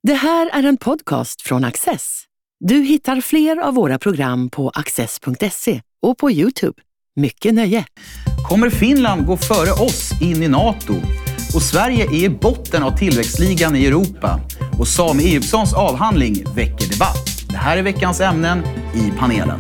Det här är en podcast från Access. Du hittar fler av våra program på access.se och på YouTube. Mycket nöje! Kommer Finland gå före oss in i NATO? Och Sverige är i botten av tillväxtligan i Europa. Och Sami Egyptssons avhandling väcker debatt. Det här är veckans ämnen i panelen.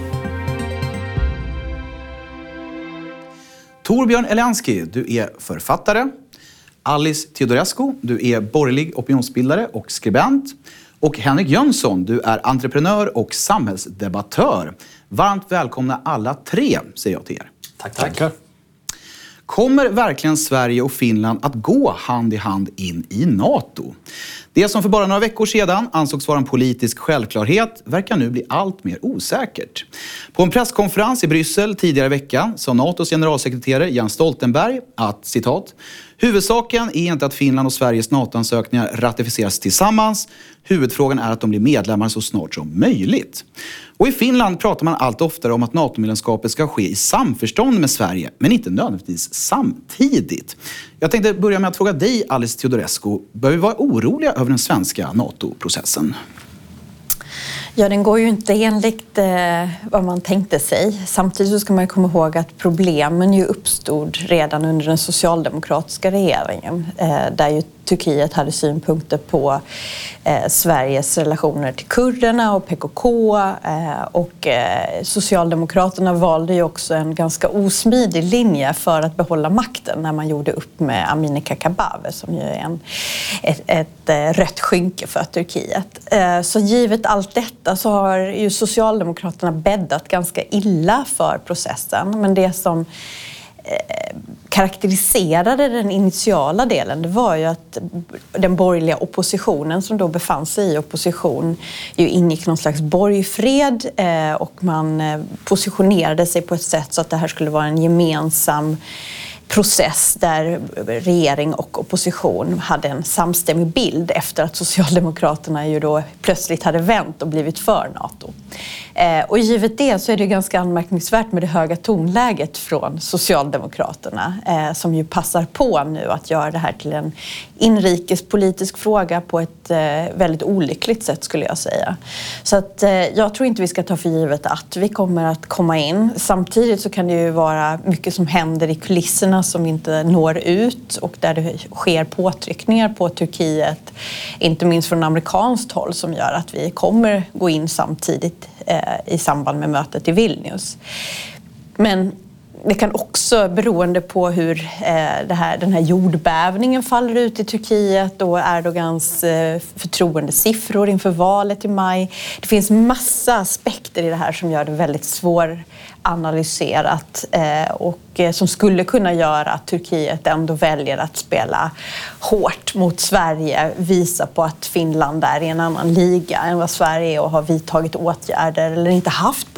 Torbjörn Elensky, du är författare. Alice Teodorescu, du är borgerlig opinionsbildare och skribent. Och Henrik Jönsson, du är entreprenör och samhällsdebattör. Varmt välkomna alla tre, säger jag till er. Tackar. Kommer verkligen Sverige och Finland att gå hand i hand in i NATO? Det som för bara några veckor sedan ansågs vara en politisk självklarhet verkar nu bli allt mer osäkert. På en presskonferens i Bryssel tidigare i veckan sa NATOs generalsekreterare Jens Stoltenberg att, citat, huvudsaken är inte att Finland och Sveriges NATO-ansökningar ratificeras tillsammans. Huvudfrågan är att de blir medlemmar så snart som möjligt. Och i Finland pratar man allt oftare om att NATO-medlemskapet ska ske i samförstånd med Sverige, men inte nödvändigtvis samtidigt. Jag tänkte börja med att fråga dig, Alice Teodorescu. Bör vi vara oroliga över den svenska NATO-processen? Ja, den går ju inte enligt vad man tänkte sig. Samtidigt så ska man komma ihåg att problemen ju uppstod redan under den socialdemokratiska regeringen. Där ju Turkiet hade synpunkter på Sveriges relationer till kurderna och PKK. Och Socialdemokraterna valde ju också en ganska osmidig linje för att behålla makten när man gjorde upp med Amineh Kakabaveh som ju är ett rött skynke för Turkiet. Så givet allt detta så har ju Socialdemokraterna bäddat ganska illa för processen. Men det som karaktäriserade den initiala delen, det var ju att den borgerliga oppositionen som då befann sig i opposition ju ingick någon slags borgfred och man positionerade sig på ett sätt så att det här skulle vara en gemensam process där regering och opposition hade en samstämmig bild efter att Socialdemokraterna ju då plötsligt hade vänt och blivit för NATO. Och givet det så är det ganska anmärkningsvärt med det höga tonläget från Socialdemokraterna som ju passar på nu att göra det här till en inrikespolitisk fråga på ett väldigt olyckligt sätt skulle jag säga. Så att jag tror inte vi ska ta för givet att vi kommer att komma in. Samtidigt så kan det ju vara mycket som händer i kulisserna som inte når ut och där det sker påtryckningar på Turkiet, inte minst från amerikanskt håll, som gör att vi kommer gå in samtidigt i samband med mötet i Vilnius. Men det kan också, beroende på hur den här jordbävningen faller ut i Turkiet och Erdogans förtroendesiffror inför valet i maj. Det finns massa aspekter i det här som gör det väldigt svåranalyserat och som skulle kunna göra att Turkiet ändå väljer att spela hårt mot Sverige, visa på att Finland är i en annan liga än vad Sverige är och har vidtagit åtgärder eller inte haft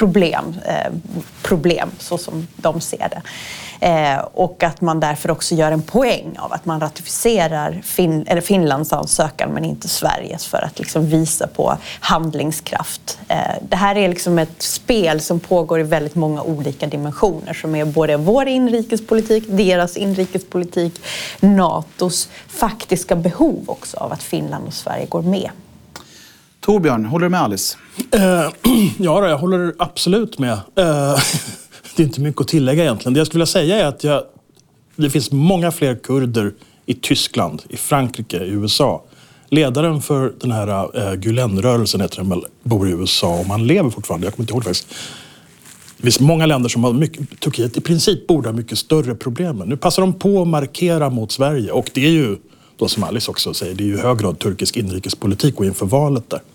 problem så som de ser det. Och att man därför också gör en poäng av att man ratificerar Finlands ansökan men inte Sveriges för att liksom visa på handlingskraft. Det här är liksom ett spel som pågår i väldigt många olika dimensioner som är både vår inrikespolitik, deras inrikespolitik, NATOs faktiska behov också av att Finland och Sverige går med. Torbjörn, håller du med Alice? Ja, jag håller absolut med. Det är inte mycket att tillägga egentligen. Det jag skulle vilja säga är att det finns många fler kurder i Tyskland, i Frankrike, i USA. Ledaren för den här Gülen-rörelsen heter den väl, bor i USA och man lever fortfarande. Jag kommer inte ihåg faktiskt. Det finns många länder som har mycket, Turkiet i princip borde ha mycket större problem. Nu passar de på att markera mot Sverige och det är ju, då som Alice också säger, det är ju i hög grad turkisk inrikespolitik och inför valet där.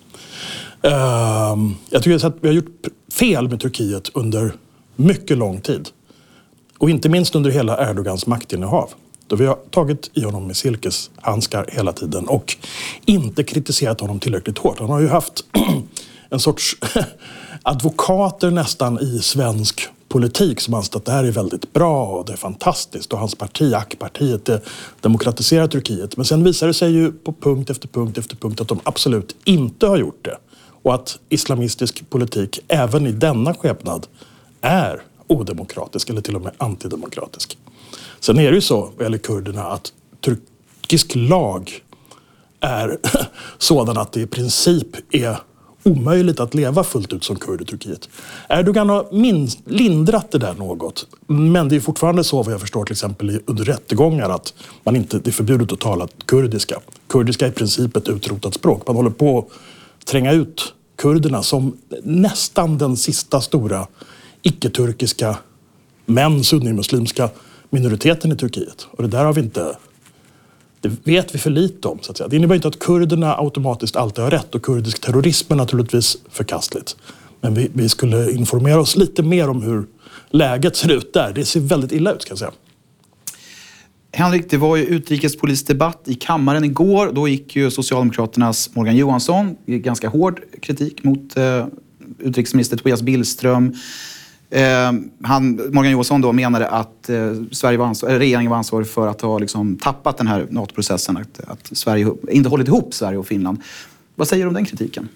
Jag tycker att vi har gjort fel med Turkiet under mycket lång tid. Och inte minst under hela Erdogans maktinnehav. Då vi har tagit i honom med silkeshandskar hela tiden och inte kritiserat honom tillräckligt hårt. Han har ju haft en sorts advokater nästan i svensk politik som anser att det här är väldigt bra och det är fantastiskt. Och hans parti, AK-partiet, demokratiserar Turkiet. Men sen visar det sig ju på punkt efter punkt efter punkt att de absolut inte har gjort det. Och att islamistisk politik även i denna skepnad är odemokratisk eller till och med antidemokratisk. Sen är det ju så, vad gäller kurderna, att turkisk lag är sådan att det i princip är omöjligt att leva fullt ut som kurd i Turkiet. Erdogan har lindrat det där något. Men det är fortfarande så, vad jag förstår, till exempel under rättegångar, att det är förbjudet att tala kurdiska. Kurdiska är i princip ett utrotat språk. Man håller på att tränga ut kurderna som nästan den sista stora icke-turkiska men sunnimuslimska minoriteten i Turkiet. Och det där har vi inte... Det vet vi för lite om, så att säga. Det innebär inte att kurderna automatiskt alltid har rätt, och kurdisk terrorism är naturligtvis förkastligt. Men vi skulle informera oss lite mer om hur läget ser ut där. Det ser väldigt illa ut, ska jag säga. Henrik, det var ju utrikespolitisk debatt i kammaren igår. Då gick ju Socialdemokraternas Morgan Johansson i ganska hård kritik mot utrikesminister Tobias Billström. Morgan Johansson då menade att regeringen var ansvarig för att ha tappat den här NATO-processen, att Sverige inte hållit ihop Sverige och Finland. Vad säger du om den kritiken?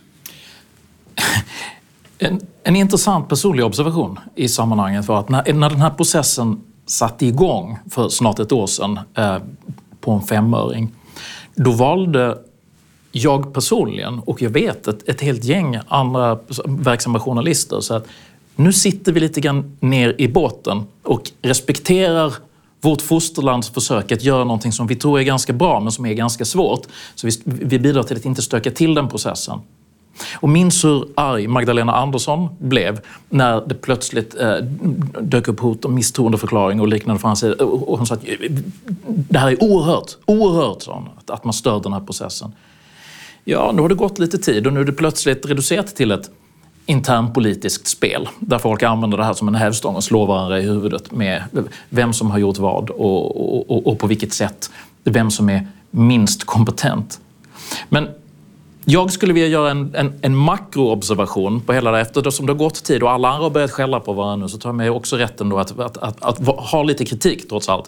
En intressant personlig observation i sammanhanget var att när den här processen satte igång för snart ett år sedan på en 5-öring, då valde jag personligen, och jag vet ett helt gäng andra verksamma journalister, så att nu sitter vi lite grann ner i båten och respekterar vårt fosterlands försök att göra någonting som vi tror är ganska bra men som är ganska svårt. Så vi bidrar till att inte stöka till den processen. Och minns hur arg Magdalena Andersson blev när det plötsligt dök upp hot om misstroendeförklaring och liknande för hans. Och hon sa att det här är oerhört sa hon, att man stör den här processen. Ja, nu har det gått lite tid och nu är det plötsligt reducerat till ett internpolitiskt spel där folk använder det här som en hävstång och slår varandra i huvudet med vem som har gjort vad och på vilket sätt, vem som är minst kompetent. Men jag skulle vilja göra en makroobservation på hela det, eftersom det har gått tid och alla andra har börjat skälla på varandra nu, så tar jag mig också rätten då att ha lite kritik trots allt.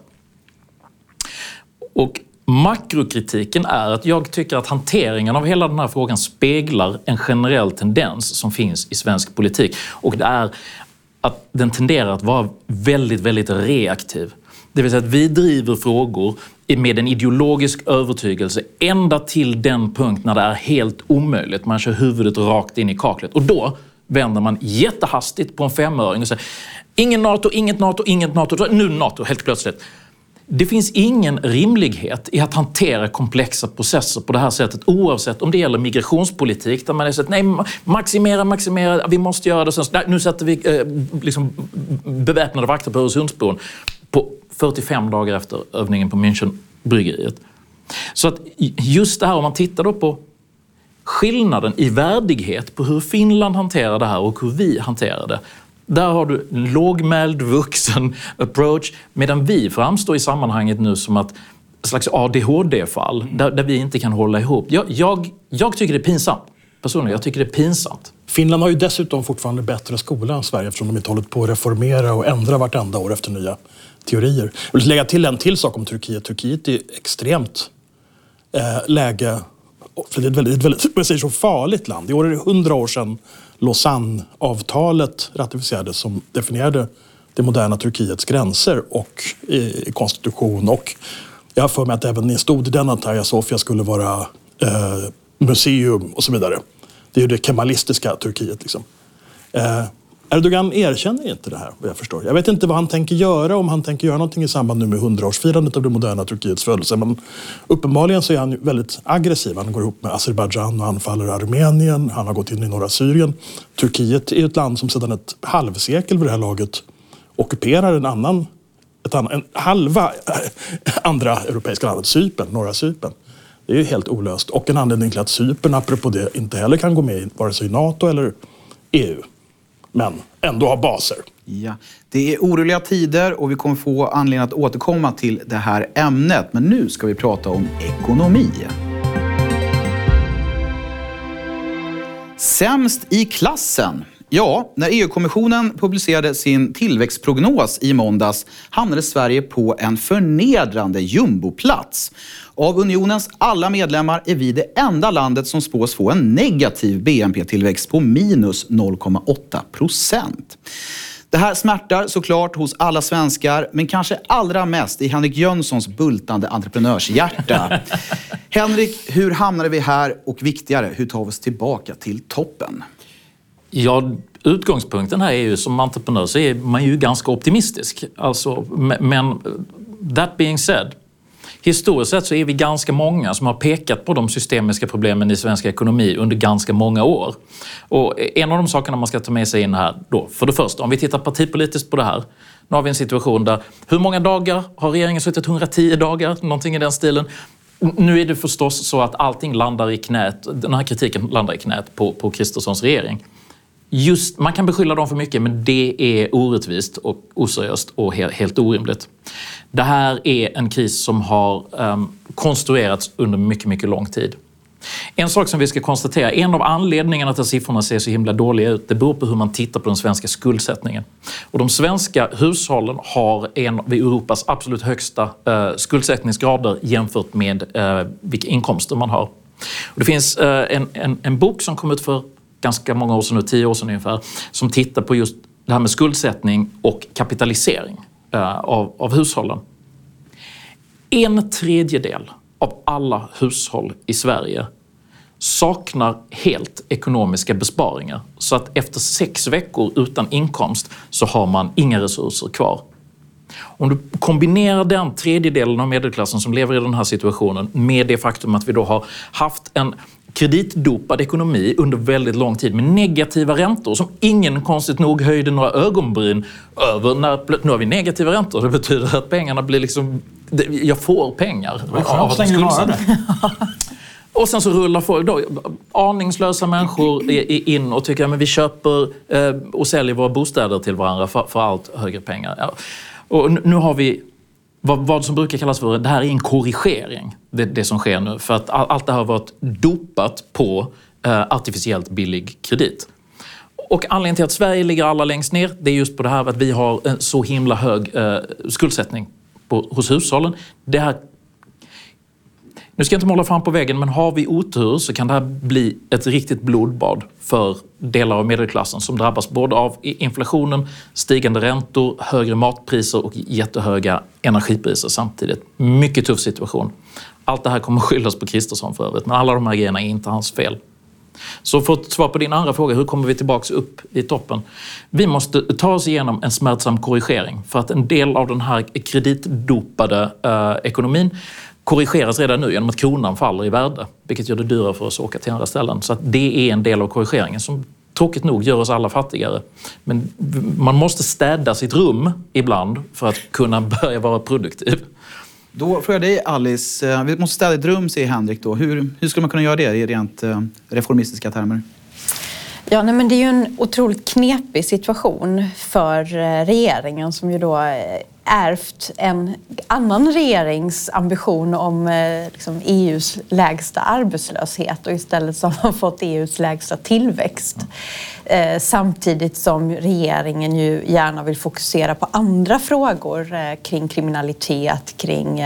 Och makrokritiken är att jag tycker att hanteringen av hela den här frågan speglar en generell tendens som finns i svensk politik. Och det är att den tenderar att vara väldigt, väldigt reaktiv. Det vill säga att vi driver frågor med en ideologisk övertygelse ända till den punkt när det är helt omöjligt. Man kör huvudet rakt in i kaklet. Och då vänder man jättehastigt på en 5-öring och säger ingen NATO, inget NATO, inget NATO. Nu NATO, helt plötsligt. Det finns ingen rimlighet i att hantera komplexa processer på det här sättet, oavsett om det gäller migrationspolitik där man har sett nej, maximera, vi måste göra det. Sen, nu sätter vi beväpnade vakter på Öresundsbron på 45 dagar efter övningen på Münchenbryggeriet. Så att just det här, om man tittar då på skillnaden i värdighet på hur Finland hanterar det här och hur vi hanterar det. Där har du en lågmäld, vuxen approach, medan vi framstår i sammanhanget nu som ett slags ADHD-fall där vi inte kan hålla ihop. Jag tycker det är pinsamt. Personligen, jag tycker det är pinsamt. Finland har ju dessutom fortfarande bättre skola än Sverige eftersom de inte hållit på att reformera och ändra vartenda år efter nya teorier. Jag vill lägga till en till sak om Turkiet. Turkiet är extremt läge, för det är ett väldigt, jag säger så, farligt land. I år är det 100 år sedan Lausanne-avtalet ratificerades som definierade det moderna Turkiets gränser och konstitution. Och jag har för mig att även stod i den att Hagia Sofia skulle vara museum och så vidare. Det är ju det kemalistiska Turkiet liksom. Erdogan erkänner inte det här, vad jag förstår. Jag vet inte vad han tänker göra, om han tänker göra någonting i samband nu med 100-årsfirandet av det moderna Turkiets födelse. Men uppenbarligen så är han väldigt aggressiv. Han går ihop med Azerbaijan och anfaller Armenien. Han har gått in i norra Syrien. Turkiet är ett land som sedan ett halvsekel vid det här laget ockuperar en halva andra europeiska landet, Cypern, norra Cypern. Det är ju helt olöst. Och en anledning till att Cypern, apropå det, inte heller kan gå med i vare sig NATO eller EU. Men ändå har baser. Ja, det är oroliga tider och vi kommer få anledning att återkomma till det här ämnet. Men nu ska vi prata om ekonomi. Sämst i klassen. Ja, när EU-kommissionen publicerade sin tillväxtprognos i måndags hamnade Sverige på en förnedrande jumboplats. Av unionens alla medlemmar är vi det enda landet som spås få en negativ BNP-tillväxt på minus 0,8%. Det här smärtar såklart hos alla svenskar, men kanske allra mest i Henrik Jönssons bultande entreprenörshjärta. Henrik, hur hamnade vi här? Och viktigare, hur tar vi oss tillbaka till toppen? Ja, utgångspunkten här är ju som entreprenör så är man ju ganska optimistisk. Alltså, men that being said, historiskt sett så är vi ganska många som har pekat på de systemiska problemen i svensk ekonomi under ganska många år. Och en av de sakerna man ska ta med sig in här då, för det första, om vi tittar partipolitiskt på det här. Nu har vi en situation där, hur många dagar har regeringen suttit? 110 dagar, någonting i den stilen. Nu är det förstås så att allting landar i knät, den här kritiken landar i knät på Kristerssons regering. Just, man kan beskylla dem för mycket, men det är orättvist och oseriöst och helt orimligt. Det här är en kris som har konstruerats under mycket, mycket lång tid. En sak som vi ska konstatera, en av anledningarna till att siffrorna ser så himla dåliga ut, det beror på hur man tittar på den svenska skuldsättningen. Och de svenska hushållen har en av Europas absolut högsta skuldsättningsgrader jämfört med vilka inkomster man har. Och det finns en bok som kom ut för ganska många år sedan, 10 år sedan ungefär, som tittar på just det här med skuldsättning och kapitalisering av hushållen. 1/3 av alla hushåll i Sverige saknar helt ekonomiska besparingar. Så att efter 6 veckor utan inkomst så har man inga resurser kvar. Om du kombinerar den 1/3 av medelklassen som lever i den här situationen med det faktum att vi då har haft en kreditdopad ekonomi under väldigt lång tid med negativa räntor som ingen konstigt nog höjde några ögonbryn över. Nu har vi negativa räntor, det betyder att pengarna blir liksom, jag får pengar av att skuldsätta. Och sen så rullar folk då, aningslösa människor in och tycker att vi köper och säljer våra bostäder till varandra för allt högre pengar. Ja. Och nu har vi vad som brukar kallas för, det här är en korrigering, det som sker nu. För att allt det här har varit dopat på artificiellt billig kredit. Och anledningen till att Sverige ligger alla längst ner, det är just på det här att vi har en så himla hög skuldsättning hos hushållen. Det här, nu ska jag inte måla fram på väggen, men har vi otur så kan det här bli ett riktigt blodbad för delar av medelklassen som drabbas både av inflationen, stigande räntor, högre matpriser och jättehöga energipriser samtidigt. Mycket tuff situation. Allt det här kommer skyllas på Kristersson för övrigt, men alla de här grejerna är inte hans fel. Så för att svara på din andra fråga, hur kommer vi tillbaka upp i toppen? Vi måste ta oss igenom en smärtsam korrigering för att en del av den här kreditdopade ekonomin korrigeras redan nu genom att kronan faller i värde, vilket gör det dyrare för oss att åka till andra ställen. Så att det är en del av korrigeringen som tråkigt nog gör oss alla fattigare. Men man måste städa sitt rum ibland för att kunna börja vara produktiv. Då frågar jag dig, Alice, vi måste städa ett rum, säger Henrik då. Hur skulle man kunna göra det i rent reformistiska termer? Ja, nej, men det är ju en otroligt knepig situation för regeringen som ju då ärvt en annan regerings ambition om liksom EUs lägsta arbetslöshet och istället så har man fått EUs lägsta tillväxt. Samtidigt som regeringen ju gärna vill fokusera på andra frågor kring kriminalitet, kring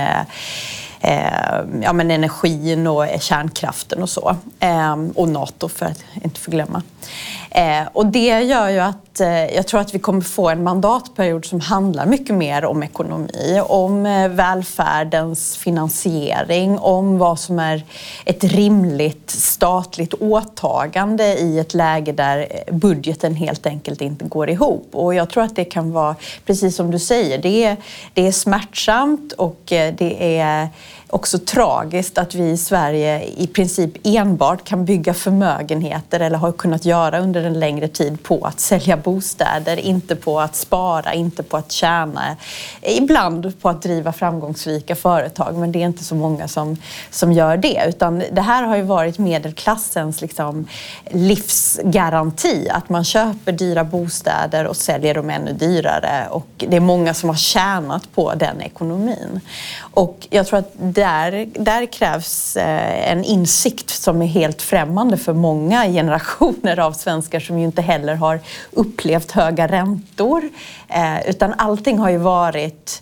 energin och kärnkraften och så. Och NATO för att inte förglömma. Och det gör ju att jag tror att vi kommer få en mandatperiod som handlar mycket mer om ekonomi, om välfärdens finansiering, om vad som är ett rimligt statligt åtagande i ett läge där budgeten helt enkelt inte går ihop. Och jag tror att det kan vara, precis som du säger, det är smärtsamt och det är också tragiskt att vi i Sverige i princip enbart kan bygga förmögenheter eller har kunnat göra under en längre tid på att sälja bostäder, inte på att spara, inte på att tjäna, ibland på att driva framgångsrika företag, men det är inte så många som gör det, utan det här har ju varit medelklassens liksom livsgaranti, att man köper dyra bostäder och säljer dem ännu dyrare, och det är många som har tjänat på den ekonomin. Och jag tror att där krävs en insikt som är helt främmande för många generationer av svenskar som ju inte heller har upplevt höga räntor. Utan allting har ju varit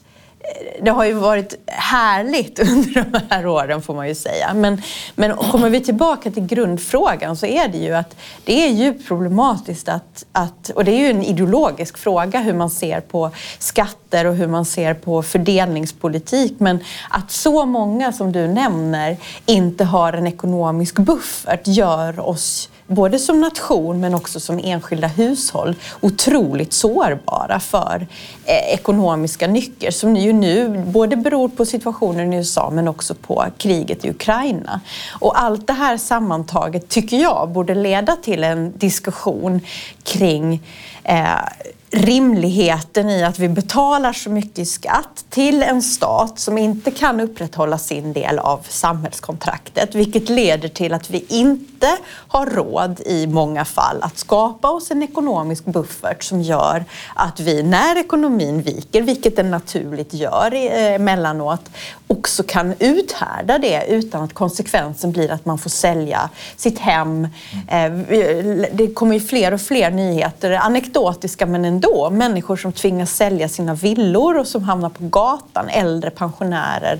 det har ju varit härligt under de här åren, får man ju säga. Men kommer vi tillbaka till grundfrågan, så är det ju att det är djupt problematiskt att och det är ju en ideologisk fråga hur man ser på skatter och hur man ser på fördelningspolitik, men att så många som du nämner inte har en ekonomisk buffert gör oss både som nation men också som enskilda hushåll otroligt sårbara för ekonomiska nycker som ju nu både beror på situationen i USA men också på kriget i Ukraina. Och allt det här sammantaget tycker jag borde leda till en diskussion kring rimligheten i att vi betalar så mycket skatt till en stat som inte kan upprätthålla sin del av samhällskontraktet, vilket leder till att vi inte har råd i många fall att skapa oss en ekonomisk buffert som gör att vi när ekonomin viker, vilket den naturligt gör emellanåt, också kan uthärda det utan att konsekvensen blir att man får sälja sitt hem. Det kommer ju fler och fler nyheter, anekdotiska men ändå, människor som tvingas sälja sina villor och som hamnar på gatan, äldre pensionärer.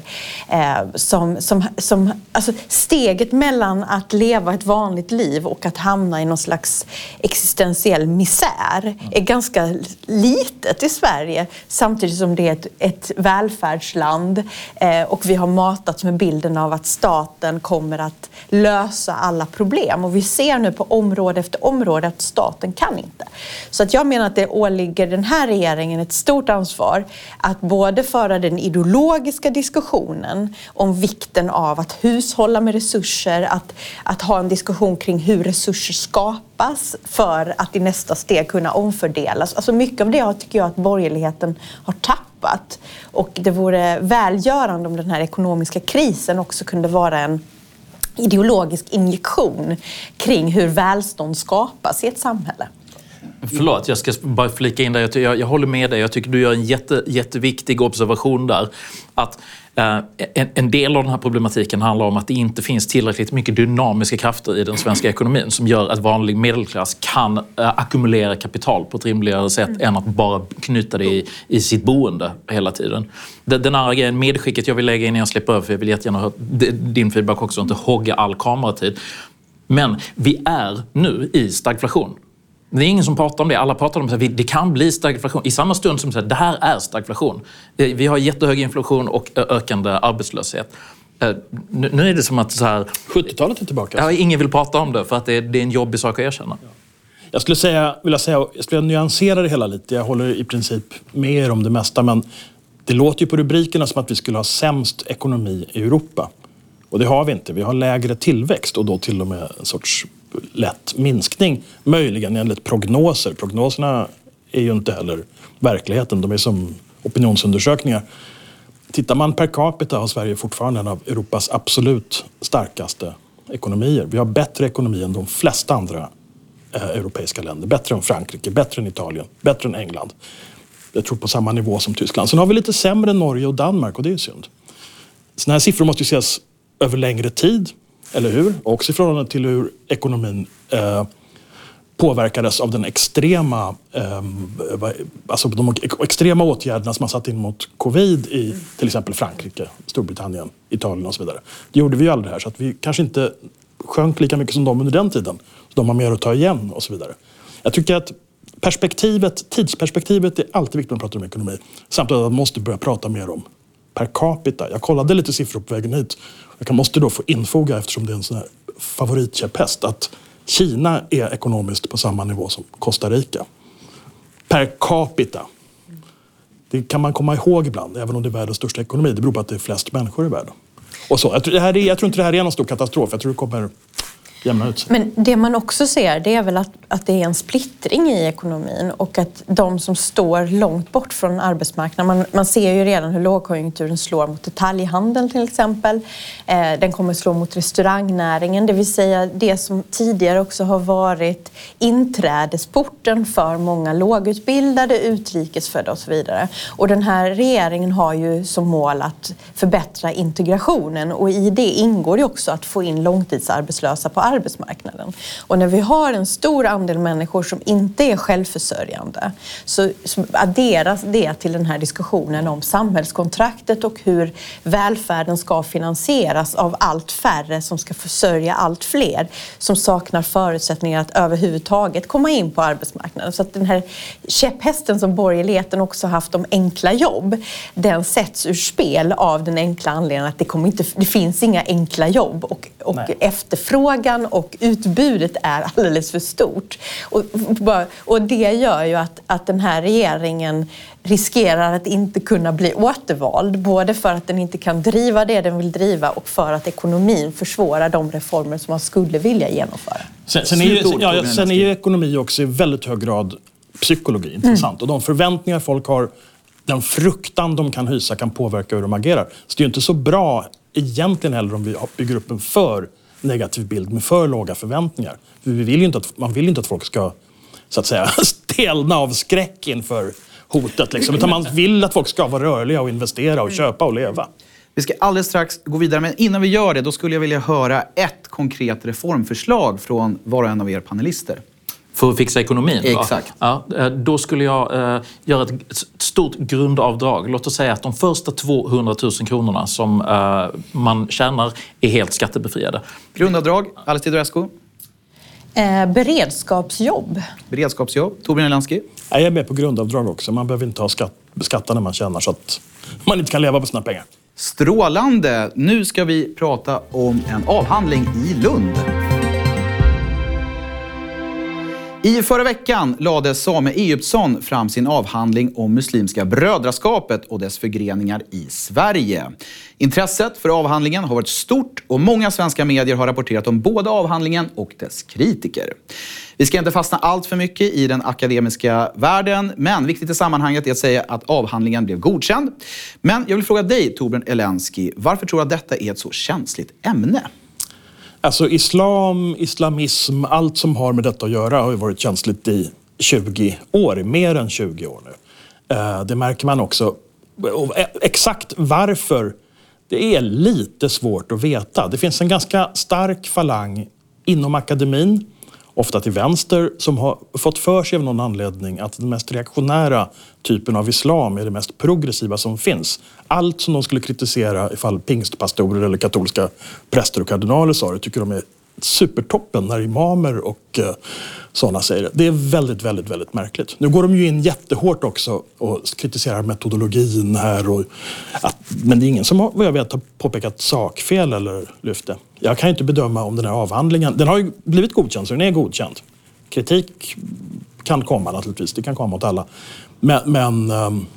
Alltså steget mellan att leva ett vanligt liv och att hamna i någon slags existentiell misär är ganska litet i Sverige, samtidigt som det är ett välfärdsland och vi har matats med bilden av att staten kommer att lösa alla problem, och vi ser nu på område efter område att staten kan inte. Så att jag menar att det åligger den här regeringen ett stort ansvar att både föra den ideologiska diskussionen om vikten av att hushålla med resurser, att ha en diskussion kring hur resurser skapas för att i nästa steg kunna omfördelas. Alltså mycket av det tycker jag att borgerligheten har tappat, och det vore välgörande om den här ekonomiska krisen också kunde vara en ideologisk injektion kring hur välstånd skapas i ett samhälle. Förlåt, jag ska bara flika in där. Jag håller med dig. Jag tycker du gör en jätteviktig observation där. Att en del av den här problematiken handlar om att det inte finns tillräckligt mycket dynamiska krafter i den svenska ekonomin som gör att vanlig medelklass kan ackumulera kapital på ett rimligare sätt än att bara knyta det i sitt boende hela tiden. Den andra grejen, medskicket jag vill lägga in när jag släpper över, för jag vill jättegärna ha din feedback också, inte hogga all kameratid. Men vi är nu i stagflation. Det är ingen som pratar om det. Alla pratar om att det kan bli stagflation. I samma stund som säger det här är stagflation. Vi har jättehög inflation och ökande arbetslöshet. Nu är det som att så här... 70-talet är tillbaka. Ja, ingen vill prata om det för att det är en jobbig sak att erkänna. Jag skulle nyansera det hela lite. Jag håller i princip med er om det mesta. Men det låter ju på rubrikerna som att vi skulle ha sämst ekonomi i Europa. Och det har vi inte. Vi har lägre tillväxt och då till och med en sorts lätt minskning. Möjligen enligt prognoser. Prognoserna är ju inte heller verkligheten. De är som opinionsundersökningar. Tittar man per capita har Sverige fortfarande en av Europas absolut starkaste ekonomier. Vi har bättre ekonomi än de flesta andra europeiska länder. Bättre än Frankrike, bättre än Italien, bättre än England. Jag tror på samma nivå som Tyskland. Sen har vi lite sämre än Norge och Danmark, och det är synd. Såna här siffror måste ju ses över längre tid, eller hur? Och också i förhållande till hur ekonomin påverkades av den extrema, alltså de extrema åtgärderna som man satt in mot covid i till exempel Frankrike, Storbritannien, Italien och så vidare. Det gjorde vi ju aldrig här, så att vi kanske inte sjönk lika mycket som de under den tiden. Så de har mer att ta igen och så vidare. Jag tycker att tidsperspektivet är alltid viktigt när man pratar om ekonomi. Samtidigt att man måste börja prata mer om per capita. Jag kollade lite siffror på vägen hit. Jag måste då få infoga, eftersom det är en sån här favoritkäpphäst, att Kina är ekonomiskt på samma nivå som Costa Rica. Per capita. Det kan man komma ihåg ibland, även om det är världens största ekonomi. Det beror på att det är flest människor i världen. Och så. Jag tror inte det här är någon stor katastrof. Jag tror det kommer jämna ut sig. Men det man också ser, det är väl att det är en splittring i ekonomin, och att de som står långt bort från arbetsmarknaden, man ser ju redan hur lågkonjunkturen slår mot detaljhandeln till exempel. Den kommer slå mot restaurangnäringen, det vill säga det som tidigare också har varit inträdesporten för många lågutbildade, utrikesfödda och så vidare. Och den här regeringen har ju som mål att förbättra integrationen, och i det ingår ju också att få in långtidsarbetslösa på arbetsmarknaden. arbetsmarknaden. Och när vi har en stor andel människor som inte är självförsörjande så adderas det till den här diskussionen om samhällskontraktet och hur välfärden ska finansieras av allt färre som ska försörja allt fler som saknar förutsättningar att överhuvudtaget komma in på arbetsmarknaden. Så att den här käpphästen som borgerligheten också haft om enkla jobb, den sätts ur spel av den enkla anledningen att det finns inga enkla jobb och efterfrågan och utbudet är alldeles för stort. Och det gör ju att den här regeringen riskerar att inte kunna bli återvald, både för att den inte kan driva det den vill driva och för att ekonomin försvårar de reformer som man skulle vilja genomföra. Sen är ju ekonomi också i väldigt hög grad psykologi, intressant. Och de förväntningar folk har, den fruktan de kan hysa kan påverka hur de agerar. Så det är ju inte så bra egentligen heller om vi bygger upp en för negativ bild med för låga förväntningar. För man vill ju inte att folk ska, så att säga, stelna av skräck inför hotet. Liksom. Utan man vill att folk ska vara rörliga och investera och köpa och leva. Vi ska alldeles strax gå vidare, men innan vi gör det då skulle jag vilja höra ett konkret reformförslag från var och en av er panelister. För att fixa ekonomin? Exakt. Ja, då skulle jag göra ett stort grundavdrag. Låt oss säga att de första 200 000 kronorna som man tjänar är helt skattebefriade. Grundavdrag, Alice Teodorescu. Beredskapsjobb. Torbjörn Elensky. Jag är med på grundavdrag också. Man behöver inte ha beskatta när man tjänar så att man inte kan leva på sina pengar. Strålande! Nu ska vi prata om en avhandling i Lund. I förra veckan lade Same Egyptsson fram sin avhandling om Muslimska brödraskapet och dess förgreningar i Sverige. Intresset för avhandlingen har varit stort och många svenska medier har rapporterat om både avhandlingen och dess kritiker. Vi ska inte fastna allt för mycket i den akademiska världen, men viktigt i sammanhanget är att säga att avhandlingen blev godkänd. Men jag vill fråga dig, Torbjörn Elensky, varför tror du att detta är ett så känsligt ämne? Alltså islamism, allt som har med detta att göra har ju varit känsligt i 20 år, mer än 20 år nu. Det märker man också. Och exakt varför, det är lite svårt att veta. Det finns en ganska stark falang inom akademin, ofta till vänster, som har fått för sig av någon anledning att den mest reaktionära typen av islam är det mest progressiva som finns. Allt som de skulle kritisera ifall pingstpastorer eller katolska präster och kardinaler sa det tycker de är supertoppen när imamer och sådana säger det. Det är väldigt, väldigt, väldigt märkligt. Nu går de ju in jättehårt också och kritiserar metodologin här. Men det är ingen som vad jag vet har påpekat sakfel eller lyfte. Jag kan ju inte bedöma om den här avhandlingen, den har ju blivit godkänd så den är godkänd. Kritik kan komma naturligtvis, det kan komma åt alla. Men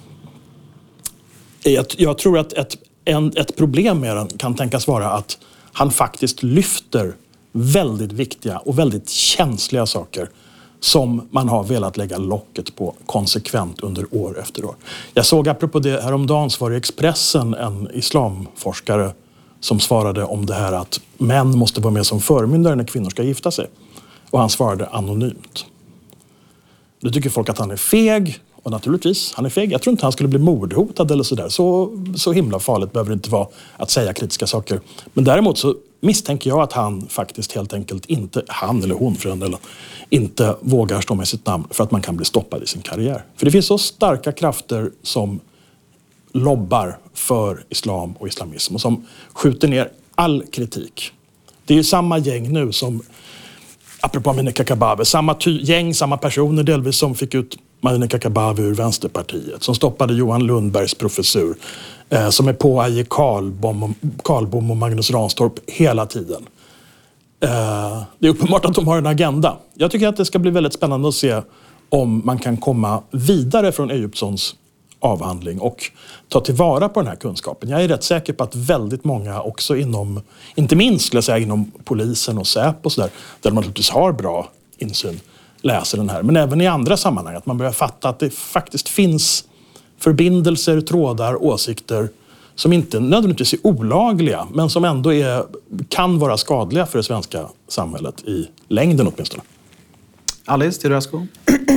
jag tror att ett problem med den kan tänkas vara att han faktiskt lyfter väldigt viktiga och väldigt känsliga saker som man har velat lägga locket på konsekvent under år efter år. Jag såg apropå det häromdagen så var det Expressen en islamforskare som svarade om det här att män måste vara med som förmyndare när kvinnor ska gifta sig. Och han svarade anonymt. Då tycker folk att han är feg. Och naturligtvis, han är feg. Jag tror inte han skulle bli mordhotad eller sådär. Så himla farligt behöver det inte vara att säga kritiska saker. Men däremot så misstänker jag att han faktiskt helt enkelt inte, han eller hon för den delen, inte vågar stå med sitt namn för att man kan bli stoppad i sin karriär. För det finns så starka krafter som lobbar för islam och islamism och som skjuter ner all kritik. Det är ju samma gäng nu som, apropå Amineh Kakabaveh, samma gäng, samma personer delvis som fick ut Amineh Kakabaveh ur Vänsterpartiet, som stoppade Johan Lundbergs professur, som är på Aje Karlbom och Magnus Ranstorp hela tiden. Det är uppenbart att de har en agenda. Jag tycker att det ska bli väldigt spännande att se om man kan komma vidare från Egyptssons avhandling och ta tillvara på den här kunskapen. Jag är rätt säker på att väldigt många också inom, inte minst skulle jag säga inom polisen och Säpo och sådär, där man naturligtvis har bra insyn, läser den här. Men även i andra sammanhang, att man börjar fatta att det faktiskt finns förbindelser, trådar, åsikter som inte nödvändigtvis är olagliga, men som ändå kan vara skadliga för det svenska samhället i längden åtminstone. Alice Teodorescu?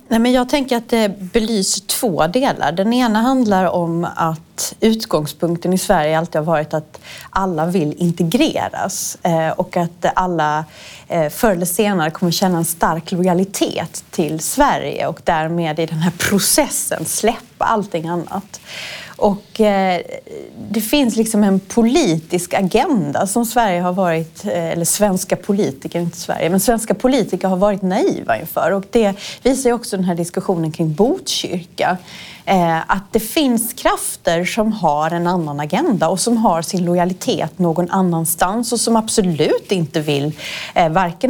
Nej, men jag tänker att det belyser två delar. Den ena handlar om att utgångspunkten i Sverige alltid har varit att alla vill integreras och att alla förr eller senare kommer känna en stark lojalitet till Sverige och därmed i den här processen släppa allting annat. Och det finns liksom en politisk agenda som Sverige har varit, eller svenska politiker, inte Sverige, men svenska politiker har varit naiva inför. Och det visar ju också den här diskussionen kring Botkyrka. Att det finns krafter som har en annan agenda och som har sin lojalitet någon annanstans och som absolut inte vill varken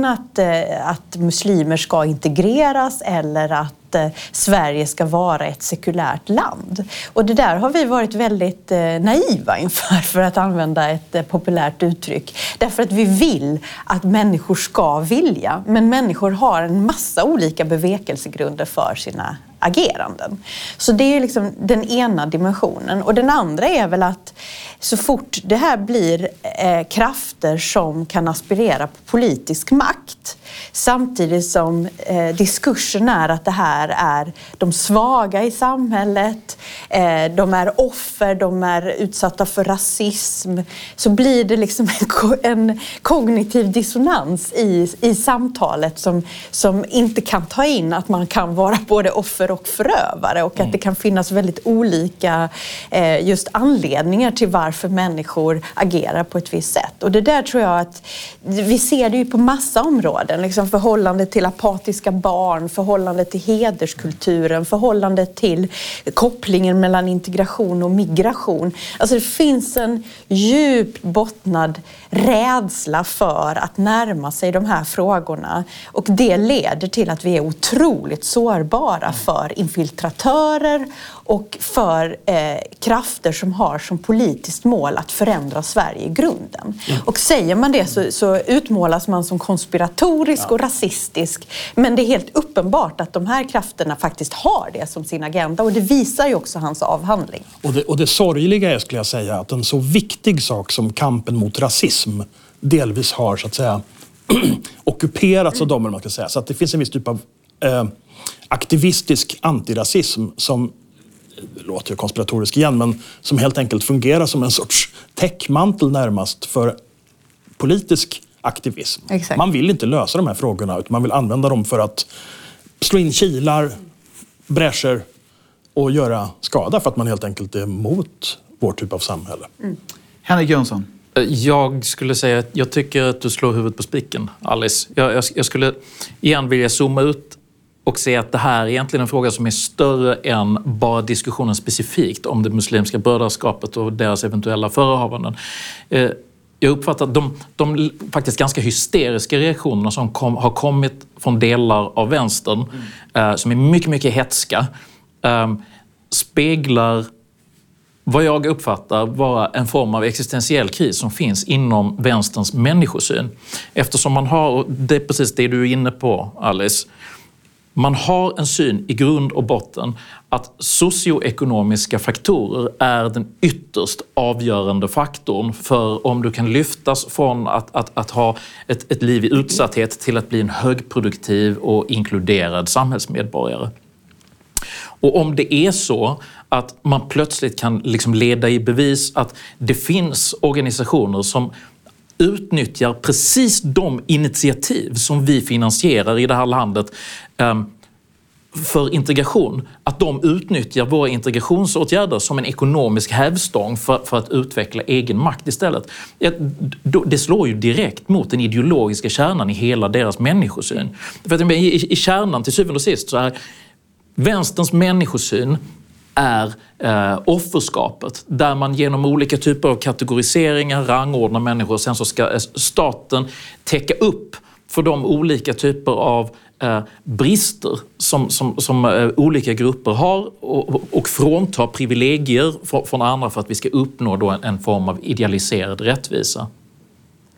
att muslimer ska integreras eller att Sverige ska vara ett sekulärt land. Och det där har vi varit väldigt naiva inför, för att använda ett populärt uttryck. Därför att vi vill att människor ska vilja, men människor har en massa olika bevekelsegrunder för sina ageranden. Så det är liksom den ena dimensionen. Och den andra är väl att så fort det här blir krafter som kan aspirera på politisk makt, samtidigt som diskursen är att det här är de svaga i samhället, de är offer, de är utsatta för rasism, så blir det liksom en kognitiv dissonans i samtalet som inte kan ta in att man kan vara både offer och förövare och att det kan finnas väldigt olika just anledningar till varför människor agerar på ett visst sätt. Och det där tror jag att vi ser det ju på massa områden, liksom förhållande till apatiska barn, förhållande till hederskulturen, förhållande till kopplingen mellan integration och migration. Alltså det finns en djupt bottnad rädsla för att närma sig de här frågorna, och det leder till att vi är otroligt sårbara för infiltratörer och för krafter som har som politiskt mål att förändra Sverige i grunden. Och säger man det så utmålas man som konspiratorisk och rasistisk, men det är helt uppenbart att de här krafterna faktiskt har det som sin agenda, och det visar ju också hans avhandling. Och det sorgliga är, skulle jag säga, att en så viktig sak som kampen mot rasism delvis har, så att säga, ockuperats av dem, eller man ska säga. Så att det finns en viss typ av aktivistisk antirasism som låter konspiratorisk igen, men som helt enkelt fungerar som en sorts täckmantel närmast för politisk aktivism. Exakt. Man vill inte lösa de här frågorna, utan man vill använda dem för att slå in kilar, bräscher och göra skada, för att man helt enkelt är emot vår typ av samhälle. Henrik Jönsson. Jag skulle säga att jag tycker att du slår huvudet på spiken, Alice. Jag skulle igen vilja zooma ut och se att det här är egentligen en fråga som är större än bara diskussionen specifikt om det muslimska brödraskapet och deras eventuella förehavanden. Jag uppfattar att de faktiskt ganska hysteriska reaktionerna som har kommit från delar av vänstern, som är mycket, mycket hetska, speglar vad jag uppfattar vara en form av existentiell kris som finns inom vänsterns människosyn. Eftersom man har, och det är precis det du är inne på, Alice, man har en syn i grund och botten att socioekonomiska faktorer är den ytterst avgörande faktorn för om du kan lyftas från att ha ett liv i utsatthet till att bli en högproduktiv och inkluderad samhällsmedborgare. Och om det är så att man plötsligt kan liksom leda i bevis att det finns organisationer som utnyttjar precis de initiativ som vi finansierar i det här landet för integration, att de utnyttjar våra integrationsåtgärder som en ekonomisk hävstång för att utveckla egen makt istället. Det slår ju direkt mot den ideologiska kärnan i hela deras människosyn. För att i kärnan till syvende och sist så är vänsterns människosyn är offerskapet, där man genom olika typer av kategoriseringar rangordnar människor, och sen så ska staten täcka upp för de olika typer av brister som olika grupper har och frånta privilegier från andra för att vi ska uppnå då en form av idealiserad rättvisa.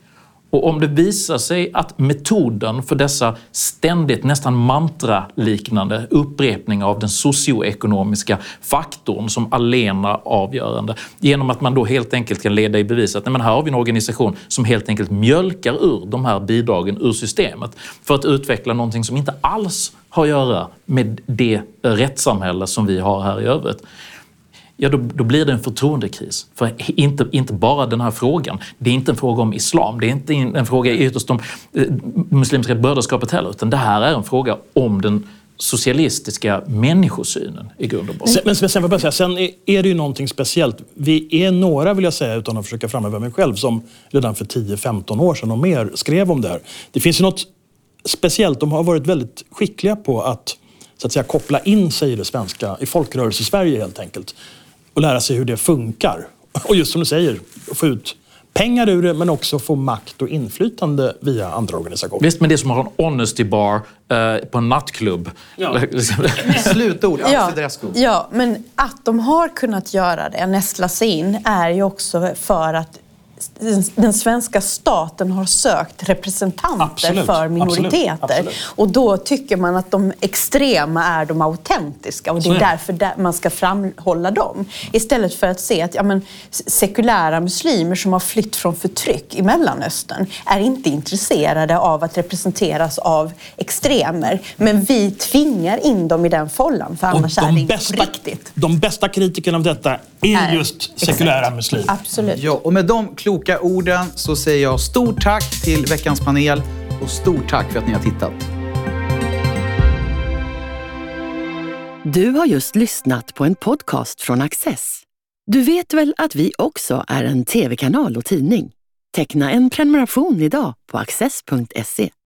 Och om det visar sig att metoden för dessa ständigt nästan mantraliknande upprepningar av den socioekonomiska faktorn som allena avgörande, genom att man då helt enkelt kan leda i bevis att nej, men här har vi en organisation som helt enkelt mjölkar ur de här bidragen ur systemet för att utveckla någonting som inte alls har att göra med det rättssamhälle som vi har här i övrigt. Ja, då blir det en förtroendekris. För inte bara den här frågan. Det är inte en fråga om islam. Det är inte en fråga ytterst om muslimska brödraskapet heller. Utan det här är en fråga om den socialistiska människosynen i grund och botten. Sen är det ju någonting speciellt. Vi är några, vill jag säga, utan att försöka framhäva mig själv, som redan för 10-15 år sedan och mer skrev om det här. Det finns ju något speciellt. De har varit väldigt skickliga på att, så att säga, koppla in sig i det svenska, i folkrörelse-Sverige helt enkelt. Och lära sig hur det funkar. Och just som du säger, få ut pengar ur det, men också få makt och inflytande via andra organisationer. Visst, men det är som att ha en honesty bar på en nattklubb. Ja. Slutord, ja, men att de har kunnat göra det, nästla sig in, är ju också för att den svenska staten har sökt representanter för minoriteter. Absolut. Och då tycker man att de extrema är de autentiska och det är därför man ska framhålla dem. Istället för att se att sekulära muslimer som har flytt från förtryck i Mellanöstern är inte intresserade av att representeras av extremer. Men vi tvingar in dem i den follan, för annars är det inte riktigt. De bästa kritikerna av detta är just sekulära muslimer. Absolut. Ja, och med de kloka orden så säger jag stort tack till veckans panel och stort tack för att ni har tittat. Du har just lyssnat på en podcast från Access. Du vet väl att vi också är en tv-kanal och tidning? Teckna en prenumeration idag på access.se.